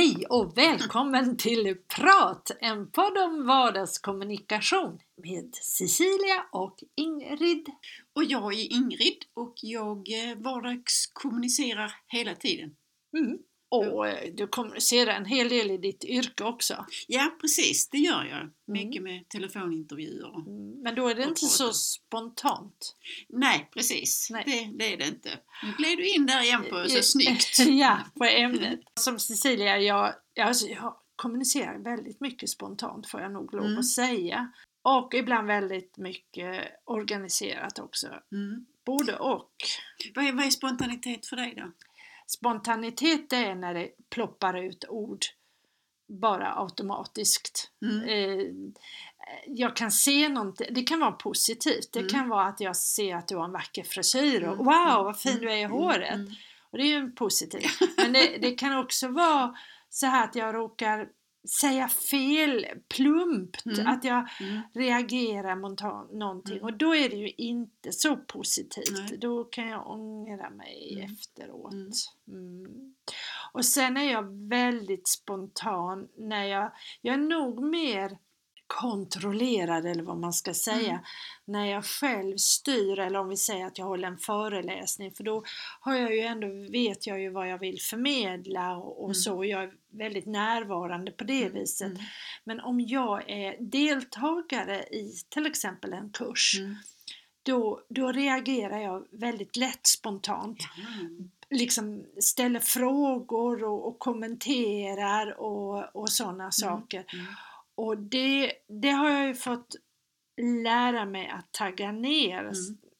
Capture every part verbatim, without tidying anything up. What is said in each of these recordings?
Hej och välkommen till Prat, en podd om vardagskommunikation med Cecilia och Ingrid. Och jag är Ingrid och jag vardagskommunicerar hela tiden. Mm. Och du kommunicerar en hel del i ditt yrke också. Ja, precis, det gör jag. Mycket mm. med telefonintervjuer. Mm. Men då är det inte så spontant. Nej, precis. Nej. Det, det är det inte. Nu gled du in där igen på så snyggt. Ja, på ämnet. Som Cecilia, jag, alltså, jag kommunicerar väldigt mycket spontant, får jag nog lov mm. att säga. Och ibland väldigt mycket organiserat också. Mm. Både och. Vad är, vad är spontanitet för dig då? Spontanitet är när det ploppar ut ord bara automatiskt. Mm. Jag kan se någonting, det kan vara positivt. Det mm. kan vara att jag ser att du har en vacker frisyr och mm. wow, vad fin du är i håret. Mm. Och det är ju positivt. Men det, det kan också vara så här att jag råkar säga fel, plumpt, mm. att jag mm. reagerar mot någonting mm. och då är det ju inte så positivt. Nej. Då kan jag ångra mig mm. efteråt. Mm. Mm. Och sen är jag väldigt spontan när jag, jag är nog mer kontrollerad eller vad man ska säga mm. när jag själv styr, eller om vi säger att jag håller en föreläsning, för då har jag ju ändå, vet jag ju vad jag vill förmedla och, och mm. så, jag är väldigt närvarande på det mm. viset. Mm. Men om jag är deltagare i till exempel en kurs mm. då, då reagerar jag väldigt lätt spontant. Mm. Liksom ställer frågor och, och kommenterar och, och sådana mm. saker. Mm. Och det, det har jag ju fått lära mig att tagga ner mm.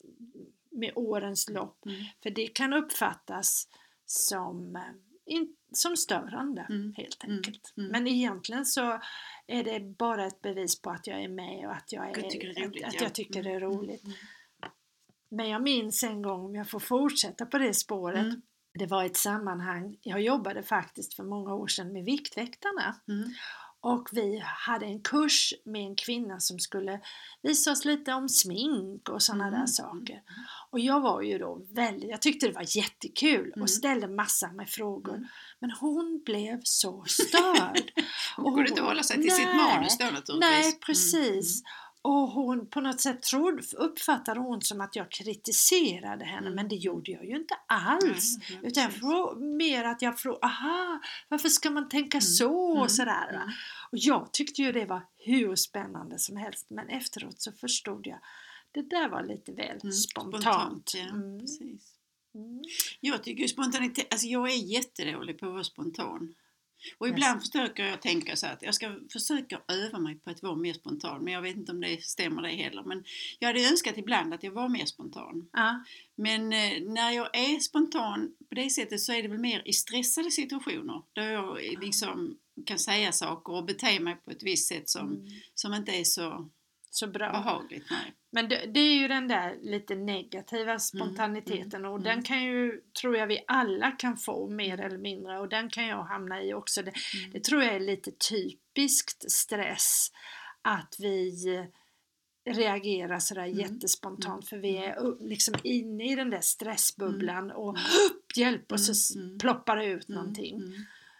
med årens lopp. Mm. För det kan uppfattas som, in, som störande mm. helt enkelt. Mm. Mm. Men egentligen så är det bara ett bevis på att jag är med och att jag, är, tycker det är roligt, att, ja. att jag tycker det är roligt. Mm. Men jag minns en gång, om jag får fortsätta på det spåret. Mm. Det var ett sammanhang, jag jobbade faktiskt för många år sedan med Viktväktarna. Mm. Och vi hade en kurs med en kvinna som skulle visa oss lite om smink och sådana mm. där saker. Och jag var ju då väldigt, jag tyckte det var jättekul mm. och ställde massor med frågor. Mm. Men hon blev så störd. Hon kunde inte hålla sig till nej, sitt manus då naturligtvis. Nej, precis. Mm. Och hon på något sätt trodde, uppfattade hon som att jag kritiserade henne. Mm. Men det gjorde jag ju inte alls. Mm, mm, utan jag frå, mer att jag frågade, aha, varför ska man tänka mm. så och sådär. Mm. Och jag tyckte ju det var hur spännande som helst. Men efteråt så förstod jag, det där var lite väl mm, spontant. spontant ja, mm. precis. Mm. Jag tycker ju spontanitet, alltså jag är jättedålig på att vara spontan. Och ibland yes. försöker jag tänka så att jag ska försöka öva mig på att vara mer spontan. Men jag vet inte om det stämmer det heller. Men jag hade önskat ibland att jag var mer spontan. Uh. Men eh, när jag är spontan på det sättet så är det väl mer i stressade situationer. Där jag liksom kan säga saker och bete mig på ett visst sätt som, mm. som inte är så, så bra. behagligt. Nej. Men det, det är ju den där lite negativa spontaniteten mm, mm, och mm. den kan ju, tror jag vi alla kan få mer eller mindre, och den kan jag hamna i också. Det, mm. det tror jag är lite typiskt stress, att vi reagerar sådär mm. jättespontant mm. för vi är liksom inne i den där stressbubblan mm. och upp, hjälp och så mm. ploppar det ut mm. någonting. Mm.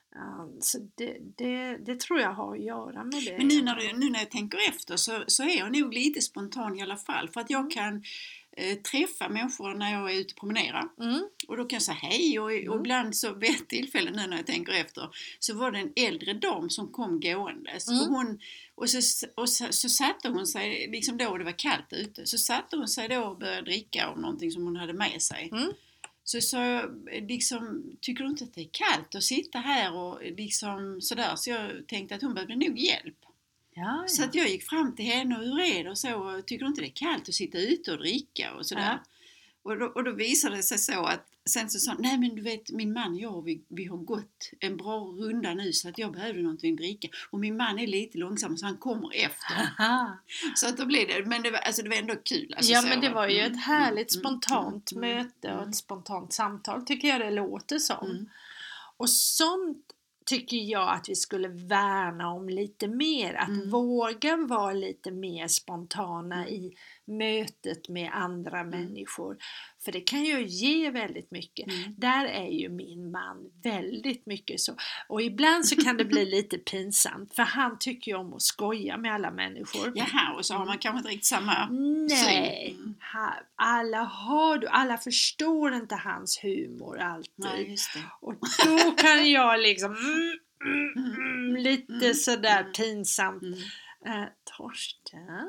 Så det, det, det tror jag har att göra med det. Men nu när, du, nu när jag tänker efter så, så är jag nog lite spontan i alla fall. För att jag kan eh, träffa människor när jag är ute och promenerar. Mm. Och då kan jag säga hej. Och, mm. och ibland så vid ett tillfälle nu när jag tänker efter så var det en äldre dam som kom gåendes. Mm. Och, hon, och, så, och så, så satte hon sig, liksom då det var kallt ute, så satte hon sig då och började dricka av någonting som hon hade med sig. Mm. Så, så liksom, tycker du inte att det är kallt att sitta här och liksom sådär. Så jag tänkte att hon behövde nog hjälp. Ja, ja. Så att jag gick fram till henne och hur är det och så. Och tycker du inte det är kallt att sitta ute och dricka och sådär. Ja. Och, då, och då visade det sig så att sen så sa hon, nej men du vet min man och jag vi, vi har gått en bra runda nu så att jag behövde någonting att dricka. Och min man är lite långsam så han kommer efter. Aha. Så att då blev det, men det var, alltså det var ändå kul. Alltså ja så, men det var ju mm, ett härligt mm, spontant mm, möte och mm, ett spontant samtal tycker jag det låter som. Mm. Och sånt tycker jag att vi skulle värna om lite mer. Att mm. våga vara lite mer spontana mm. i mötet med andra mm. människor. För det kan ju ge väldigt mycket. Mm. Där är ju min man väldigt mycket så. Och ibland så kan det bli lite pinsamt. För han tycker ju om att skoja med alla människor. Jaha, och så har man kanske inte riktigt samma Nej, syn. Mm. ha, alla har du, alla förstår inte hans humor alltid. Nej, just det. Och då kan jag liksom mm, mm, mm, lite Mm. sådär Mm. pinsamt. Mm. Eh, Torsten?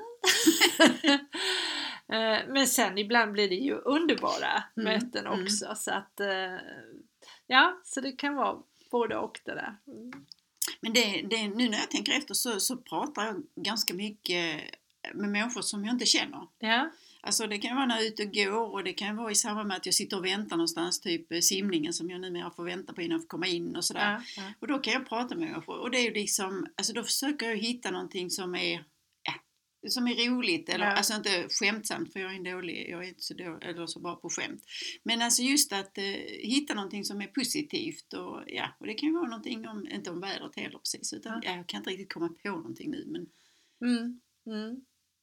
eh, men sen ibland blir det ju underbara Mm. möten Mm. också. Så att, eh, ja, så det kan vara både och det där. Mm. Men det, det, nu när jag tänker efter så, så pratar jag ganska mycket med människor som jag inte känner. Ja. Alltså det kan vara när jag är ute och går och det kan vara i samband med att jag sitter och väntar någonstans, typ simningen som jag numera får vänta på innan jag får komma in och sådär. Ja, ja. Och då kan jag prata med människor och det är ju liksom, alltså då försöker jag hitta någonting som är, ja, som är roligt, eller Ja. alltså inte skämtsamt för jag är en dålig, jag är inte så, dålig, eller så bra på skämt. Men alltså just att eh, hitta någonting som är positivt och ja, och det kan ju vara någonting om, inte om vädret heller precis, utan Ja. ja, jag kan inte riktigt komma på någonting nu men Mm, mm.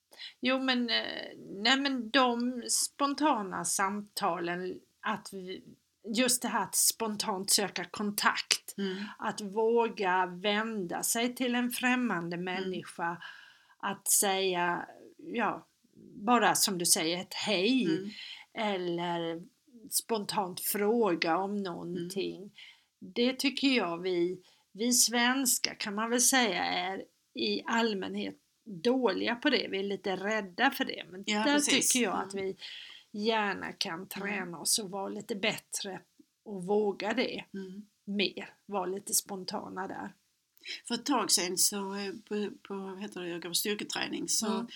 Jo men, eh, nej men de spontana samtalen, att vi, just det här att spontant söka kontakt, mm. att våga vända sig till en främmande människa, att säga, ja, bara som du säger ett hej, Mm. eller spontant fråga om någonting. Mm. Det tycker jag vi, vi svenskar kan man väl säga är i allmänhet dåliga på det. Vi är lite rädda för det. Men Ja, där precis. tycker jag Mm. att vi gärna kan träna oss och vara lite bättre och våga det Mm. mer. Vara lite spontana där. För ett tag sedan så eh, på, på vad heter det, jag går på styrketräning så, Mm.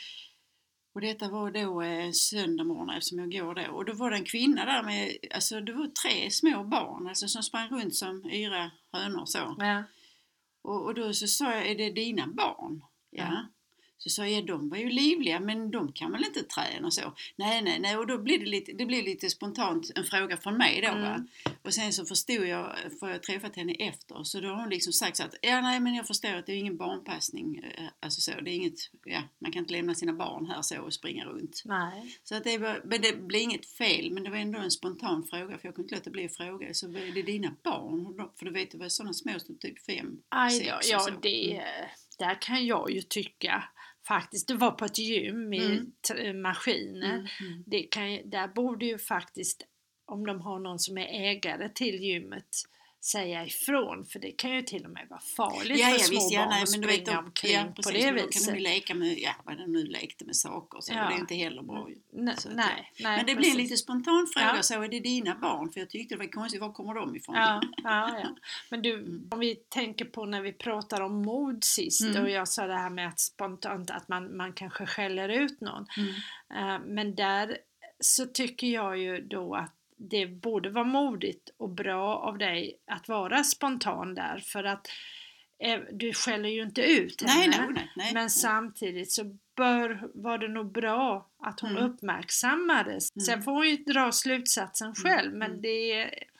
och detta var då eh, söndag morgon eftersom jag går då, och då var det en kvinna där med, alltså det var tre små barn alltså, som sprang runt som yra hönor så. Ja. Och, och då så sa jag, är det dina barn? Ja. Ja. Så sa jag, de var ju livliga men de kan väl inte träna och så. Nej, nej, nej. Och då blir det lite, det blir lite spontant en fråga från mig då. Mm. Va? Och sen så förstod jag, för jag träffat henne efter, så då har hon liksom sagt så att, ja nej men jag förstår att det är ingen barnpassning. Alltså så, det är inget, ja, man kan inte lämna sina barn här så och springa runt. Nej. Så att det, var, men det blir inget fel, men det var ändå en spontan fråga, för jag kunde inte låta bli att fråga. Så är det dina barn? För du vet, det var sådana små som typ fem, Aj sex då, och ja, så. det, där kan jag ju tycka faktiskt, det var på ett gym med Mm. t- maskiner. Mm, mm. Det kan, ju- där borde ju faktiskt, om de har någon som är ägare till gymmet, säga ifrån, för det kan ju till och med vara farligt Ja, för ja, små visst, ja, barn nej, att men du springa vet, de, omkring ja, på precis, det men då kan viset. de ju leka med, ja, vad de nu lekte med saker, så Ja. det är inte heller bra ju. N- Så att, nej, nej, men det precis. blir en lite spontan fråga, Ja. så är det dina barn? För jag tyckte det var konstigt, var kommer de ifrån? Ja, ja, ja. Men du, Mm. om vi tänker på när vi pratar om mod sist, Mm. och jag sa det här med att spontant att man, man kanske skäller ut någon. Mm. Eh, men där så tycker jag ju då att det borde vara modigt och bra av dig att vara spontan där, för att eh, du skäller ju inte ut henne. Nej, nej, nej, nej. Men samtidigt så bör, var det nog bra att hon Mm. uppmärksammades. Mm. Sen får hon ju dra slutsatsen själv, men Mm. det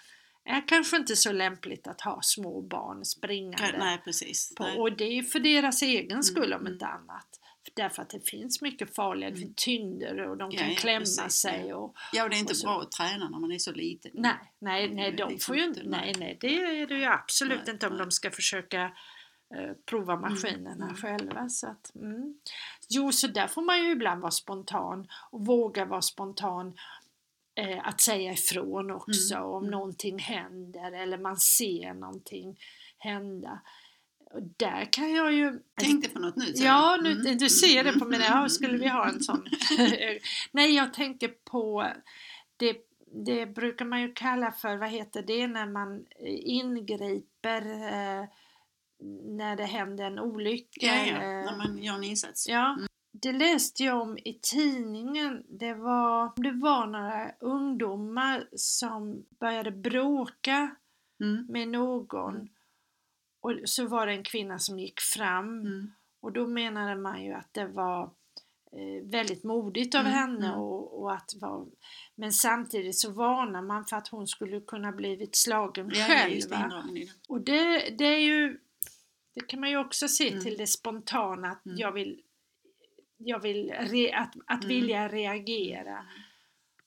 är kanske inte så lämpligt att ha små barn springande. Nej, precis. På, Nej. och det är ju för deras egen skull om mm. inte annat. Därför att det finns mycket farliga Mm. tyngder och de Ja, kan ja, klämma precis, sig. ja. Och, Ja, och det är inte och så- bra att träna när man är så liten. nej, nej, Det nej, är de liksom får ju inte- inte, nej, nej. nej, det är det ju absolut Nej, inte om nej. de ska försöka eh, prova maskinerna mm. själva. Så att, mm. Jo, så där får man ju ibland vara spontan och våga vara spontan. Eh, att säga ifrån också Mm, om mm. någonting händer eller man ser någonting hända. Och där kan jag ju... Tänkte på något nytt. så. Ja, nu, Mm, du ser det på mm, mina... mm, Ja, skulle vi ha en sån? Nej, jag tänker på... Det, det brukar man ju kalla för, vad heter det, när man ingriper eh, när det händer en olycka. Ja, ja, eller- när man gör en insats. Ja, det läste jag om i tidningen. Det var, det var några ungdomar som började bråka Mm. med någon. Mm. Och så var det en kvinna som gick fram. Mm. Och då menade man ju att det var eh, väldigt modigt av Mm, henne. mm. Och, och att var, men samtidigt så varnar man för att hon skulle kunna blivit slagen Ja, ja, själv. just det, va? indragen i det. Och det, det är ju, det kan man ju också se Mm. till det spontana, att Mm. jag vill, jag vill re, att, att Mm. vilja reagera.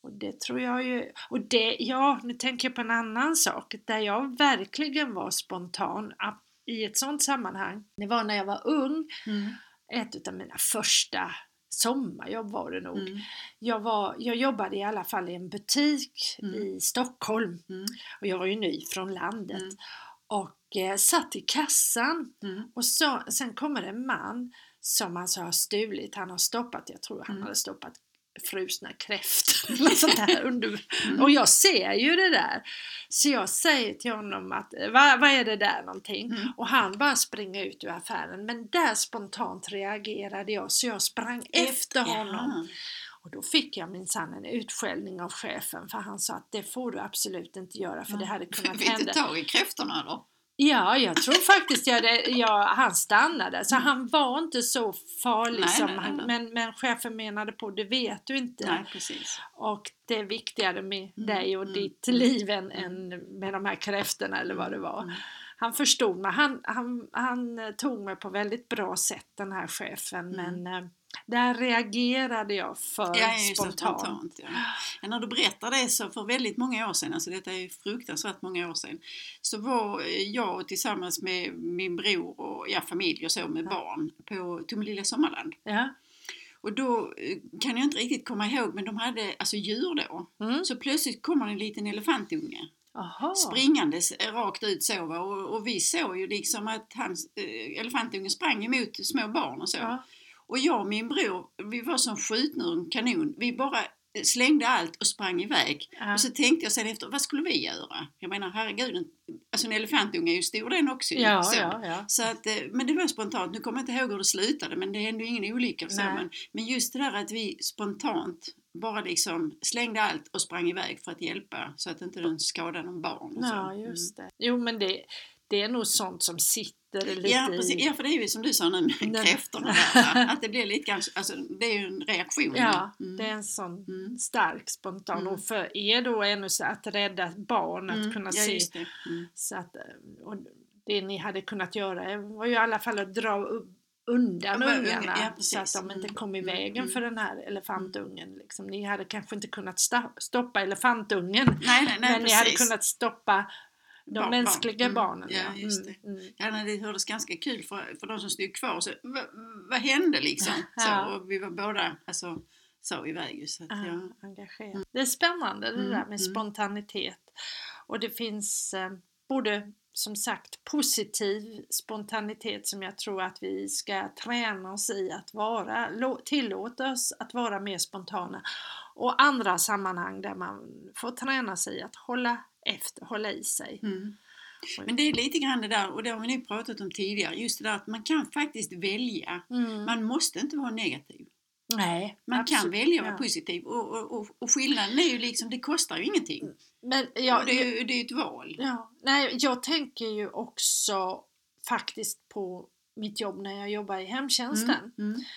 Och det tror jag ju, och det, ja, nu tänker jag på en annan sak, där jag verkligen var spontan i ett sånt sammanhang. Det var när jag var ung, mm. ett av mina första sommarjobb var det nog. Mm. Jag, var, jag jobbade i alla fall i en butik mm. i Stockholm mm. och jag var ju ny från landet mm. och eh, satt i kassan mm. och så, sen kommer en man som alltså har stulit, han har stoppat, jag tror han mm. hade stoppat frusna kräftor eller sånt där under. Mm. Och jag ser ju det där, så jag säger till honom att vad, vad är det där någonting mm. och han bara springer ut ur affären, men där spontant reagerade jag, så jag sprang efter, efter honom. Ja. Och då fick jag minsann en utskällning av chefen, för han sa att det får du absolut inte göra, för ja. det hade kunnat Fick hända. Fick du tag i kräftorna då? Ja, jag tror faktiskt jag det, ja, han stannade. Så mm. han var inte så farlig nej, som nej, han, nej. Men, men chefen menade på, det vet du inte. Nej, precis. Och det är viktigare med mm. dig och mm. ditt liv än, mm. än med de här kräftorna eller vad det var. Mm. Han förstod mig, han, han, han tog mig på väldigt bra sätt, den här chefen, mm. men där reagerade jag för ja, spontant. spontant ja. Ja, när du berättar det, så för väldigt många år sedan, alltså detta är fruktansvärt många år sedan, så var jag tillsammans med min bror och ja, familj och så med ja. barn på Tomelilla Sommarland. Ja. Och då kan jag inte riktigt komma ihåg, men de hade alltså djur då. Mm. Så plötsligt kommer en liten elefantunge. Aha. Springandes rakt ut så, va? Och, och vi såg ju liksom att han, äh, elefantungen sprang emot små barn och så. Ja. Och jag och min bror, vi var som skjutna ur en kanon. Vi bara slängde allt och sprang iväg. Ja. Och så tänkte jag sen efter, vad skulle vi göra? Jag menar, herregud, alltså en elefantunge är ju stor den också. Ja, så. Ja, ja. Så att, men det var spontant, nu kommer jag inte ihåg hur det slutade, men det hände ju ingen olycka. Så. Men, men just det där att vi spontant bara liksom slängde allt och sprang iväg för att hjälpa, så att inte den skadade någon barn. Och ja, så. just det. Jo, men det, det är nog sånt som sitter lite ja, precis. i... Ja, för det är ju som du sa nu med kräftorna där, att det blir lite ganska, alltså det är ju en reaktion. Ja, mm. det är en sån mm. stark spontan mm. och för er då ännu så att rädda barn, att mm. kunna ja, se det. Mm. så att, och det ni hade kunnat göra var ju i alla fall att dra upp undan ja, ungarna ja, så att de inte kom i vägen mm. för den här elefantungen liksom. Ni hade kanske inte kunnat stoppa elefantungen, nej, nej, nej, men precis. ni hade kunnat stoppa de barn, mänskliga mm. barnen. Ja, ja. just det. Mm. Mm. Ja, det hördes ganska kul för, för de som stod kvar. Så, vad, vad hände liksom? Så, ja. Och vi var båda alltså, så iväg. Så att, ja. Ja, engagerad. Mm. Det är spännande det mm. där med spontanitet. Och det finns eh, både som sagt positiv spontanitet som jag tror att vi ska träna oss i att vara, tillåta oss att vara mer spontana, och andra sammanhang där man får träna sig i att hålla efter, hålla i sig. Mm. Men det är lite grann det där, och det har vi nu pratat om tidigare, just det där att man kan faktiskt välja, mm. man måste inte vara negativ. Nej, man absolut. kan välja att vara ja. positiv och, och, och, och skillnaden är ju liksom, det kostar ju ingenting. Men ja, det, är, det är ett val. Ja. Nej, jag tänker ju också faktiskt på mitt jobb när jag jobbar i hemtjänsten. Mm. Mm.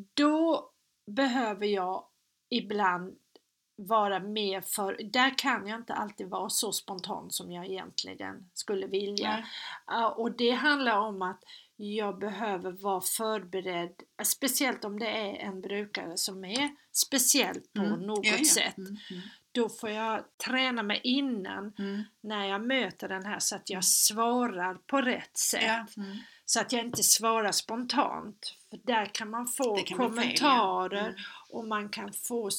Då behöver jag ibland vara mer för, där kan jag inte alltid vara så spontan som jag egentligen skulle vilja. Uh, och det handlar om att jag behöver vara förberedd, speciellt om det är en brukare som är speciellt på mm. något ja, ja. sätt. Mm. Mm. Då får jag träna mig innan mm. när jag möter den här, så att jag svarar på rätt sätt. Ja. Mm. Så att jag inte svarar spontant. För där kan man få kan kommentarer fel, ja. mm. och man kan få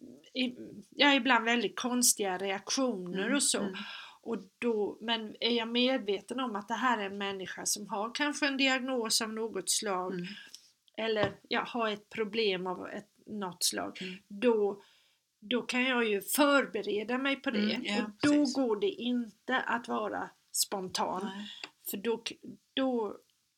ja, ibland väldigt konstiga reaktioner mm. och så. Mm. Och då, men är jag medveten om att det här är en människa som har kanske en diagnos av något slag mm. eller ja, har ett problem av ett, något slag, mm. då, då kan jag ju förbereda mig på det. Mm, ja, och då precis. Går det inte att vara spontan. Nej. För då, då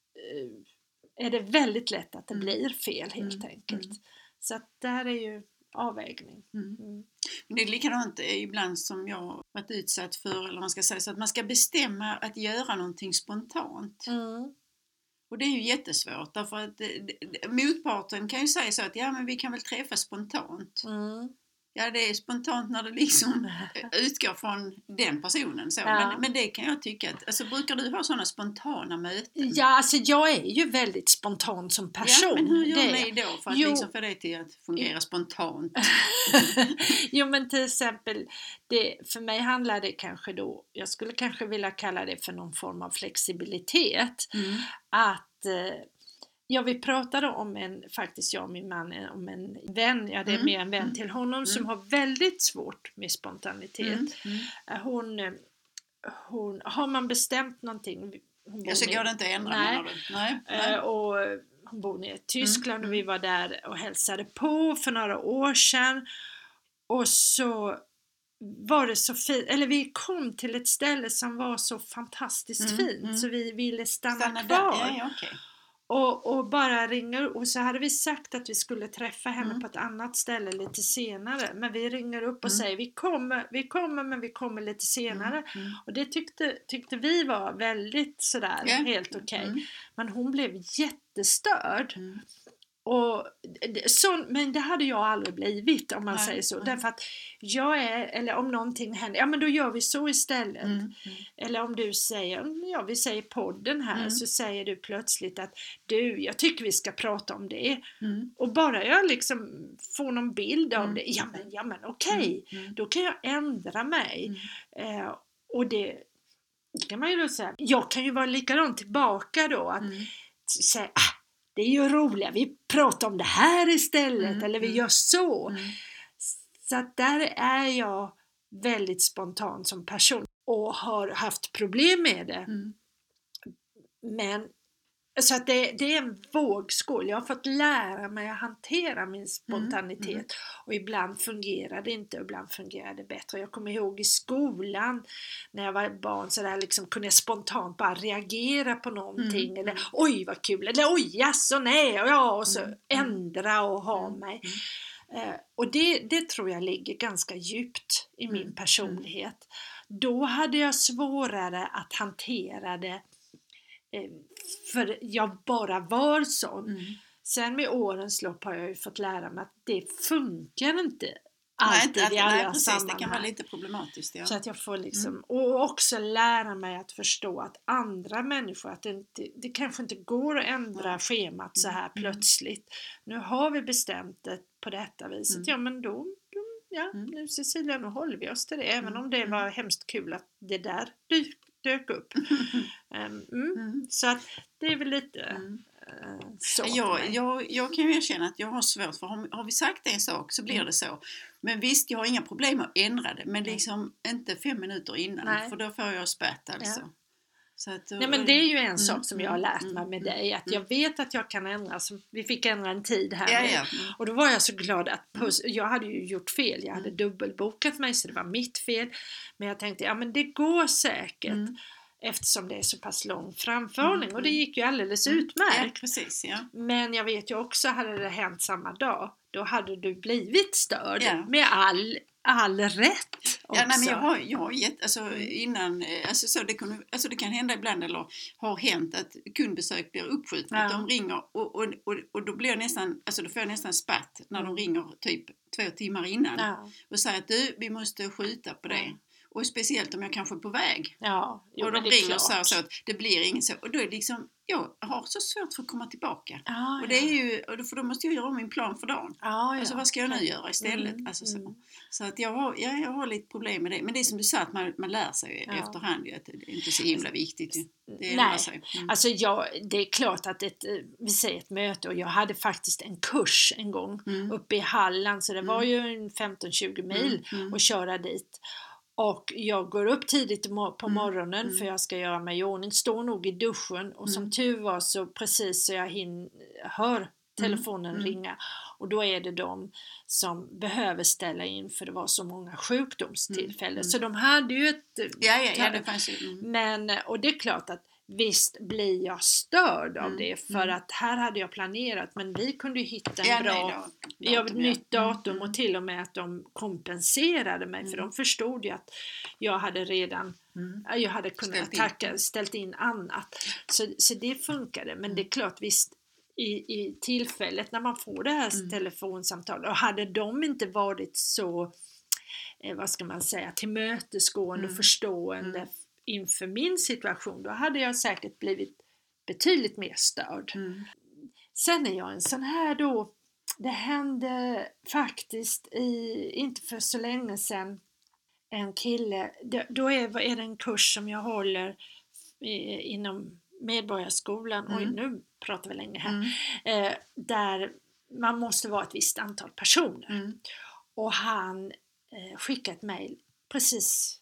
eh, är det väldigt lätt att det mm. blir fel helt mm. enkelt. Mm. Så att det här är ju avvägning. Mm. Mm. Det är likadant ibland som jag varit utsatt för, eller man ska säga så, att man ska bestämma att göra någonting spontant. Mm. Och det är ju jättesvårt, därför att motparten kan ju säga så att ja, men vi kan väl träffas spontant. Mm. Ja, det är spontant när det liksom utgår från den personen. Så. Ja. Men, men det kan jag tycka att, alltså brukar du ha sådana spontana möten? Ja, alltså jag är ju väldigt spontan som person. Ja, men hur gör det... ni då för att liksom få det till att fungera spontant? Jo, men till exempel, det, för mig handlar det kanske då, jag skulle kanske vilja kalla det för någon form av flexibilitet. Mm. Att... Eh, Ja, vi pratade om en, faktiskt jag och min man, om en vän, ja det är Mm. mer en vän till honom Mm. som har väldigt svårt med spontanitet. Mm. Mm. Hon, hon, har man bestämt någonting... Hon Ja, så går det inte att ändra, nej, menar du? Nej. Nej. Och hon bor i Tyskland Mm. och vi var där och hälsade på för några år sedan. Och så var det så fint, eller vi kom till ett ställe som var så fantastiskt Mm. fint Mm. så vi ville stanna, Stanna kvar. där. Ja, ja, okay. Och, och bara ringer, och så hade vi sagt att vi skulle träffa henne Mm. på ett annat ställe lite senare, men vi ringer upp och Mm. säger vi kommer, vi kommer men vi kommer lite senare. Mm. Mm. Och det tyckte, tyckte vi var väldigt sådär Yeah. helt okej. Okay. Mm. Men hon blev jättestörd. Mm. Och så, men det hade jag aldrig blivit om man Nej, säger så. nej. Därför att jag är, eller om någonting händer, ja men då gör vi så istället. Mm. Mm. Eller om du säger, ja vi säger podden här, Mm. så säger du plötsligt att du, jag tycker vi ska prata om det. Mm. Och bara jag liksom får någon bild av Mm. det, ja men, ja, men okej, Mm. Mm. då kan jag ändra mig. Mm. Eh, och det, det kan man ju då säga, jag kan ju vara likadant tillbaka då, att Mm. säga, ah, det är ju roligt, vi pratar om det här istället, Mm, eller vi mm. gör så. Mm. Så att där är jag väldigt spontan som person och har haft problem med det. Mm. Men så att det, det är en vågskål. Jag har fått lära mig att hantera min spontanitet. Mm. Och ibland fungerar det inte och ibland fungerar det bättre. Jag kommer ihåg i skolan när jag var barn så där liksom kunde jag spontant bara reagera på någonting. Mm. Eller oj vad kul, eller oj jaså nej, och ja, och så Mm. ändra och ha Mm. mig. Eh, och det, det tror jag ligger ganska djupt i min Mm. personlighet. Då hade jag svårare att hantera det. Eh, för jag bara var sån. Mm. Sen med årens lopp har jag ju fått lära mig att det funkar inte Nej, alltid inte, i alla nej, precis, sammanhang. det kan vara lite problematiskt. Ja. Så att jag får liksom, Mm. och också lära mig att förstå att andra människor, att det, inte, det kanske inte går att ändra Mm. schemat så här Mm. plötsligt. Nu har vi bestämt det på detta viset. Mm. Ja men då, då ja, Mm. nu Cecilia, nu håller vi oss till det. Även Mm. om det var hemskt kul att det där dök, dök upp. um, mm. Mm. Så att det är väl lite Mm. uh, så för Jag, mig. jag, jag kan ju erkänna att jag har svårt, för har, har vi sagt en sak så blir Mm. det så. Men visst, jag har inga problem att ändra det, men liksom inte fem minuter innan, Nej. för då får jag spät alltså. Ja. Så att, Nej men det är ju en mm, sak som jag har lärt mm, mig med mm, dig, att mm. jag vet att jag kan ändra, så vi fick ändra en tid här Ja, nu. ja. Mm. Och då var jag så glad att pus- jag hade ju gjort fel, jag hade Mm. dubbelbokat mig så det var mitt fel, men jag tänkte ja men det går säkert Mm. eftersom det är så pass lång framförhållning, Mm, och det mm. gick ju alldeles Ja, utmärkt. precis, ja. Men jag vet ju också, hade det hänt samma dag, då hade du blivit störd Ja. med all, all rätt också. Ja, nej, men jag har, jag har gett, alltså innan, eh, alltså så det, kunde, alltså det kan hända ibland, eller har hänt att kundbesök blir uppskjutna, Ja. att de ringer och, och, och, och då blir jag nästan, alltså då får jag nästan spatt när de ringer typ två timmar innan Ja, och säger att du, vi måste skjuta på det. Ja. Och speciellt om jag kanske är på väg. ja jo, och men de det är ringer och säger klart. så att det blir ingen så. Och då är det liksom, jag har så svårt för att komma tillbaka. Ja, Och det är ju, och då, för då måste jag göra om min plan för dagen. ja, ja. Alltså vad ska jag nu Okej. göra istället? Mm, Alltså, så. mm. Så att jag har, jag, jag har lite problem med det. Men det är som du sa, att man, man lär sig Ja. efterhand ju, att det är inte så himla viktigt. Ju. Det Nej, ändrar sig. Mm. alltså jag, det är klart att ett, vi säger ett möte, och jag hade faktiskt en kurs en gång Mm. uppe i Halland, så det var Mm. ju en femton tjugo mil Mm, mm. att köra dit. Och jag går upp tidigt på Mm, morgonen mm. för jag ska göra mig i ordning, står nog i duschen, och som Mm. tur var så precis så jag hin, hör telefonen Mm. ringa, och då är det de som behöver ställa in för det var så många sjukdomstillfällen. Mm. Så de hade ju ett... Ja, ja, ja, det fanns ju. Mm. Men, och det är klart att visst blir jag störd av Mm, det, för mm. att här hade jag planerat, men vi kunde ju hitta en Ja, bra, nej, då, ja, datum, nytt ja. datum, Mm, och till och med att de kompenserade mig, för Mm. de förstod ju att jag hade redan mm. jag hade kunnat Ställt in. tacka, ställt in annat, så, så det funkade. Men Mm. det är klart, visst, i, i tillfället när man får det här mm. telefonsamtalet. Och hade de inte varit så, eh, vad ska man säga, tillmötesgående mm. och förstående mm. inför min situation, då hade jag säkert blivit betydligt mer störd. Mm. Sen är jag en sån här då, det hände faktiskt i, inte för så länge sedan, en kille, då är, är det en kurs som jag håller i, inom Medborgarskolan, mm. och nu pratar vi länge här, mm. eh, där man måste vara ett visst antal personer. Mm. Och han eh, skickade ett mejl precis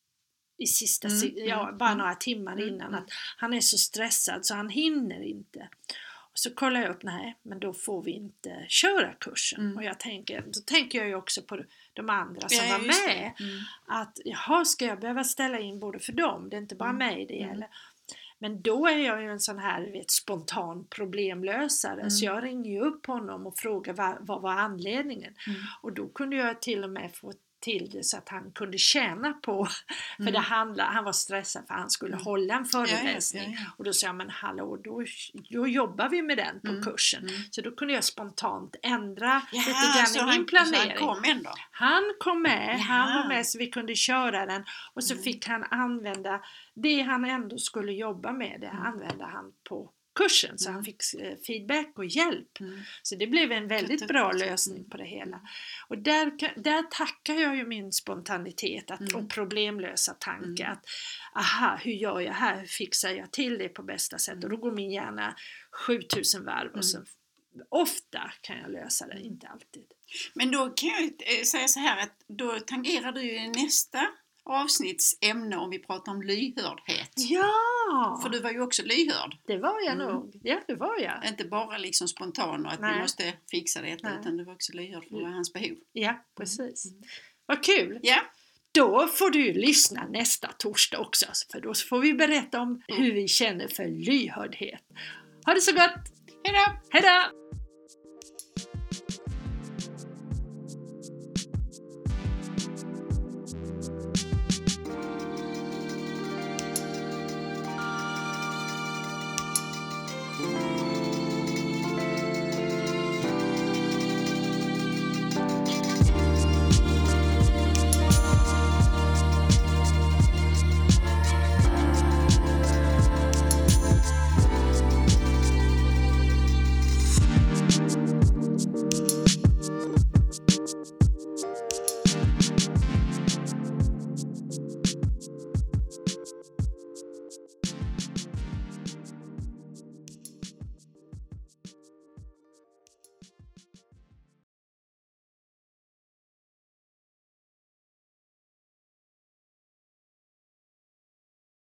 i sista, mm. ja, bara några timmar mm. innan, att han är så stressad så han hinner inte. Och så kollar jag upp, nej, men då får vi inte köra kursen. Mm. Och jag tänker, då tänker jag ju också på de andra som ja, var med. Mm. Att, jaha, ska jag behöva ställa in både för dem? Det är inte bara mm. mig det gäller. Mm. Men då är jag ju en sån här, vet, spontan problemlösare. Mm. Så jag ringer ju upp honom och frågar vad, vad var anledningen. Mm. Och då kunde jag till och med få till det så att han kunde tjäna på, för mm. det handlade, han var stressad för han skulle mm. hålla en föreläsning. Ja, ja, ja. Och då sa jag, men hallå, då, då jobbar vi med den på mm. kursen. Mm. Så då kunde jag spontant ändra ja, lite grann i min han, planering. Han kom ändå? Han kom med, ja. han var med så vi kunde köra den. Och så mm. fick han använda det han ändå skulle jobba med, det mm. använde han på kursen, så mm. han fick feedback och hjälp. Mm. Så det blev en väldigt bra lösning på det hela. Och där, där tackar jag ju min spontanitet att, mm. och problemlösa tankar. Mm. Att, aha, hur gör jag här? Hur fixar jag till det på bästa sätt? Mm. Och då går min hjärna sjutusen varv. Mm. Och så, ofta kan jag lösa det, inte alltid. Men då kan jag säga så här, att då tangerar du ju nästa avsnittsämne om vi pratar om lyhördhet. Ja! För du var ju också lyhörd. Det var jag mm. nog. Ja, det var jag. Inte bara liksom spontan och att Nej. vi måste fixa det, Nej. utan du var också lyhörd för mm. hans behov. Ja, precis. Mm. Vad kul! Ja. Då får du lyssna nästa torsdag också, för då får vi berätta om hur vi känner för lyhördhet. Ha det så gott! Hej då! Hej då!